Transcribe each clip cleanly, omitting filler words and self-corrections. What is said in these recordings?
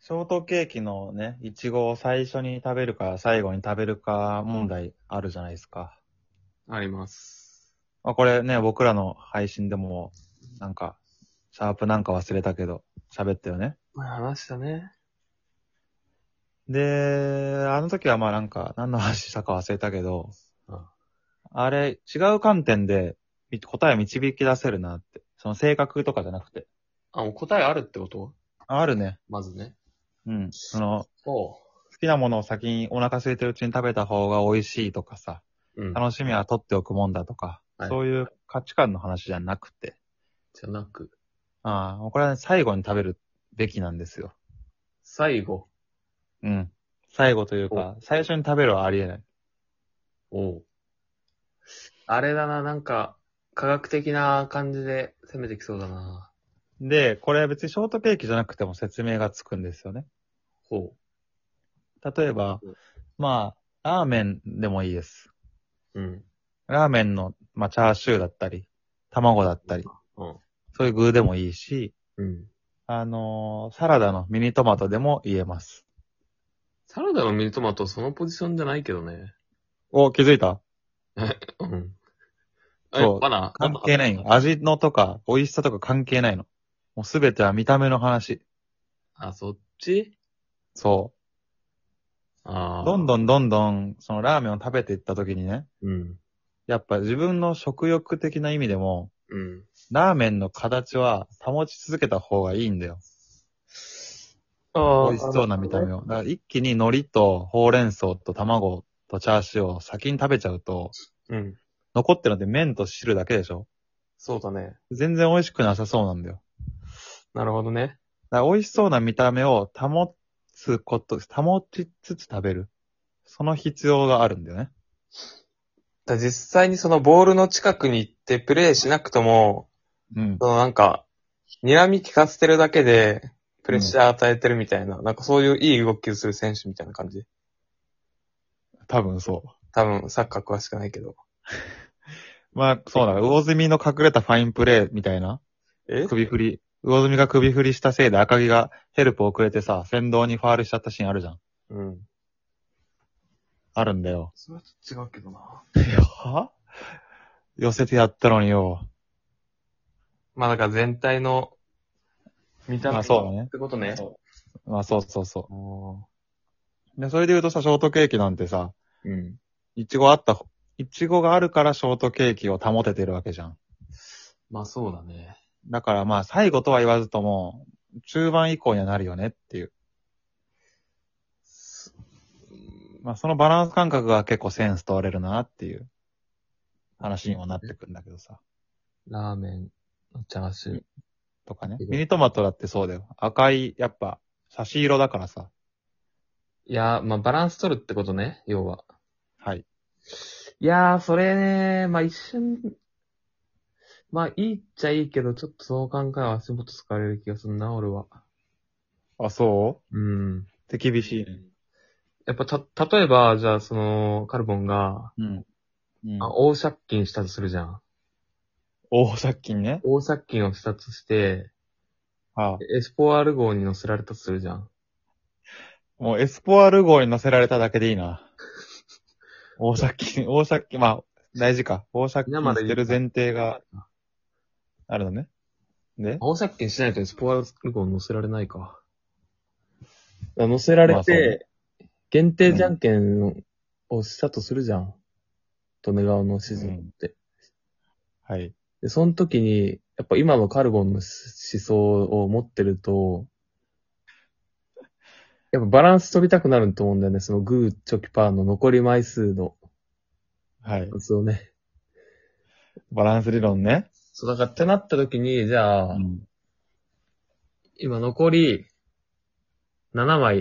ショートケーキのね、いちごを最初に食べるか最後に食べるか問題あるじゃないですか。 あります。 まあ、これね、僕らの配信でも、なんか、シャープなんか忘れたけど、喋ったよね。 話したね。 で、あの時はまあなんか、何の話したか忘れたけど、 あ、 あれ、違う観点で答え導き出せるなって。その性格とかじゃなくて。 もう答えあるってこと？ あるね。 まずね。 うん。 おう。 好きなものを先にお腹空いてるうちに食べた方が美味しいとかさ、 うん。 楽しみは取っておくもんだとか、 はい。 そういう価値観の話じゃなくて、 じゃなく、 これはね、最後に食べるべきなんですよ。 最後。 うん。最後というお、 か、最初に食べるはありえない。 おう。あれだな、なんか、科学的な感じで攻めてきそうだな。 で、これ別にショートケーキじゃなくても説明がつくんですよね。 ほ例えば、 う。 ラーメンでもいいです。 うん。 ラーメンの、チャーシューだったり、卵だったり、 うん。 そういう具でもいいし、 うん。 サラダのミニトマトでも言えます。 サラダのミニトマトそのポジションじゃないけどね。 お、気づいた？ うん。 そう。 バナもっと派手な。 関係ないよ。味のとか、美味しさとか関係ないの。もうすべては見た目の話。 あ、そっち。 そう。どんああどんどんどん、そのラーメンを食べていった時にね、 ー。うん。 やっぱ自分の食欲的な意味でも、 うん。 ラーメンの形は保ち続けた方がいいんだよ。美味しそうな見た目を。だから一気に海苔とほうれん草と卵とチャーシューを先に食べちゃうと、 うん。 残ってるのって麺と汁だけでしょ？ そうだね。 全然美味しくなさそうなんだよ。 なるほどね。 だから美味しそうな見た目を保ちつつ食べる。その必要があるんだよね。 実際にそのボールの近くに行ってプレイしなくとも、 うん。 そのなんか、睨み利かせてるだけで、プレッシうん。 ャー与えてるみたいな、なんかそういういい動きをする選手みたいな感じ。 多分そ多分、サッカー詳しくないけど。 う。そうだ。魚住の隠れたファインプレーみたいな。 え首振り。魚住が首振りしたせいで赤木がヘルプ遅れてさ、先導にファールしちゃったシーンあるじゃん。 うん。 あるんだよ。 それはちょっと違うけどな。 いや、寄せてやったのによ。 まあだから全体の見た目っそうだね。 てことね。 そう。そうそうそおー。 う。で、それで言うとさ、ショートケーキなんてさ、 うん。 いちごあったほ、いちごがあるからショートケーキを保ててるわけじゃん。 まあそうだね。 だから最後とは言わずとも、中盤以降にはなるよねっていう。そのバランス感覚が結構センス問われるなっていう話にもなってくんだけどさ。 ラーメンのチャーシュー。 とかね。ミニトマトだってそうだよ。赤い、やっぱ、差し色だからさ。 いやー、まあバランス取るってことね、要は。 はい。 いやー、それね、まあ一瞬、まあいいっちゃいいけど、ちょっとそう考えは足元疲れる気がするな、俺は。 あ、そううん。 って厳しいね。 やっぱ例えば、じゃあその、カルボンが、 うん。うん。 大借金したとするじゃん。 大借金ね。 大借金をしたとして、 ああ。 エスポワール号に乗せられたとするじゃん。 もうエスポワール号に乗せられただけでいいな。大借金、大事か。大借皆まで言う金してる前提があるのね。で、 大借金しないとエスポワール号に乗せられないか。乗せられそうね。 て、限定じゃうん。 んけんをしたとするじゃん。利根川の指示によって。 はい。 で、その時に、やっぱ今のカルボンの思想を持ってると、やっぱバランス取りたくなると思うんだよね。そのグー、チョキ、パーの残り枚数のはい。 やつをね。 バランス理論ね。 そう、だからってなった時に、じゃあ、 うん。 今残り7枚、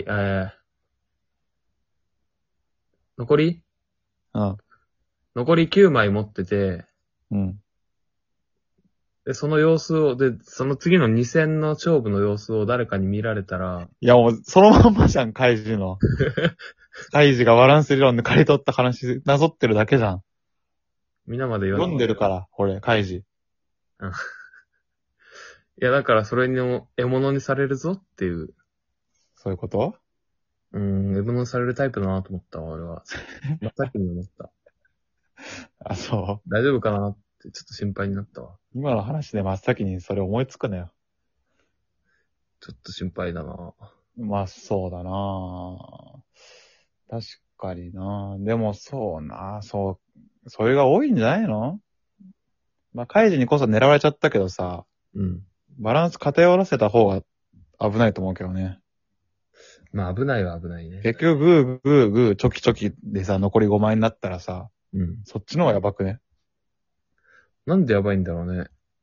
残りうん。 残り9枚持ってて、 うん。 で、その様子を、で、その次の2戦の勝負の様子を誰かに見られたら、 いやもう、そのまんまじゃん、カイジの。カイジがバランス理論で刈り取った話、なぞってるだけじゃん。 皆まで言わ読んでるから、これ、カイジ。 うん。いや、だからそれにも獲物にされるぞっていう。 そういうこと？ 獲物されるタイプだなと思ったわ、俺は。真っ先に思った。 あ、そ大丈夫かなってちょっと心配になったわ。 う。今の話で真っ先にそれ思いつくなよ。 ちょっと心配だな。 まあ、そうだな。確かにな。でも、そうな。それが多いんじゃないの？まあ、カイジにこそ狙われちゃったけどさ、 うん。 バランス偏らせた方が危ないと思うけどね。 まあ危ないは危ないね。 結局、グー、グー、グー、チョキチョキでさ、残り5枚になったらさ、 うん。 そっちの方がやばくね？ なんでやばいんだろうね。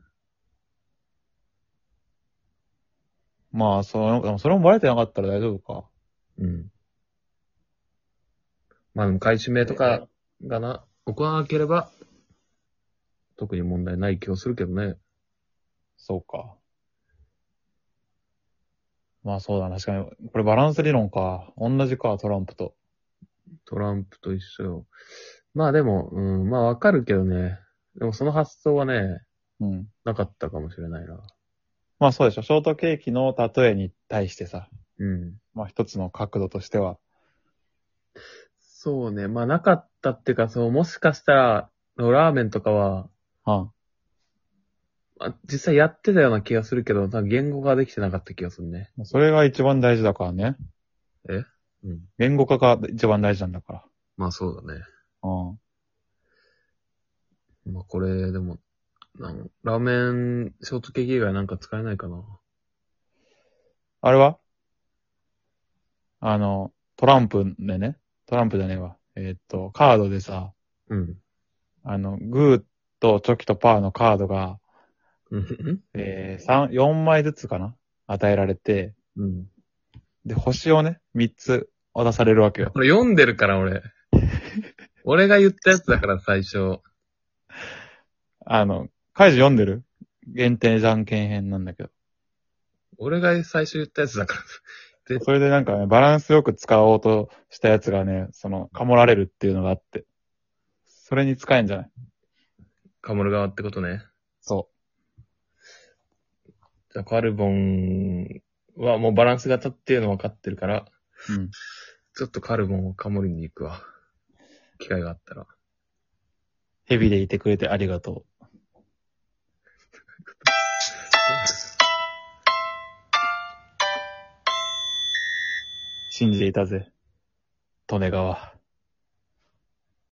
まあ、でもそれもバレてなかったら大丈夫か。 うん。まあでも買い占めとかが行わなければ、特に問題ない気がするけどね。 そうか。まあそうだ、確かに。これバランス理論か。同じか、トランプと。 トランプと一緒よ。まあでも、まあわかるけどね。でもその発想はね、 うん。 なかったかもしれないな。 まあそうでしょ。ショートケーキの例えに対してさ、 うん。 まあ一つの角度としては。 そうね。まあなかったっていうか、そう、もしかしたら、ラーメンとかは、 はまあ、実際やってたような気がするけど、多分言語化できてなかった気がするね。 ん。それが一番大事だからね。 えうん。 言語化が一番大事なんだかまあそうだね。 ら。うん。 まあこれ、でも、ラーメン、ショートケーキ以外なんか使えないかな。 あれはトランプでね。トランプじゃねえわ。カードでさ、 うん。 グーとチョキとパーのカードが、 うん 4枚ずつかな与えられて、 うん。 で、星をね、3つ渡されるわけよ。 これ読んでるから俺。俺が言ったやつだから最初。 カイジ読んでる？限定じゃんけん編なんだけど。 俺が最初言ったやつだから。 それでなんかね、バランスよく使おうとしたやつがね、かもられるっていうのがあって。それに使えんじゃない？ カモル側ってことね。 そじゃあカルボンはもうバランス型っていうの分かってるから、 う。うん。 ちょっとカルボンをカモりに行くわ。機会があったら。 ヘビでいてくれてありがとう。信じていたぜ。利根川。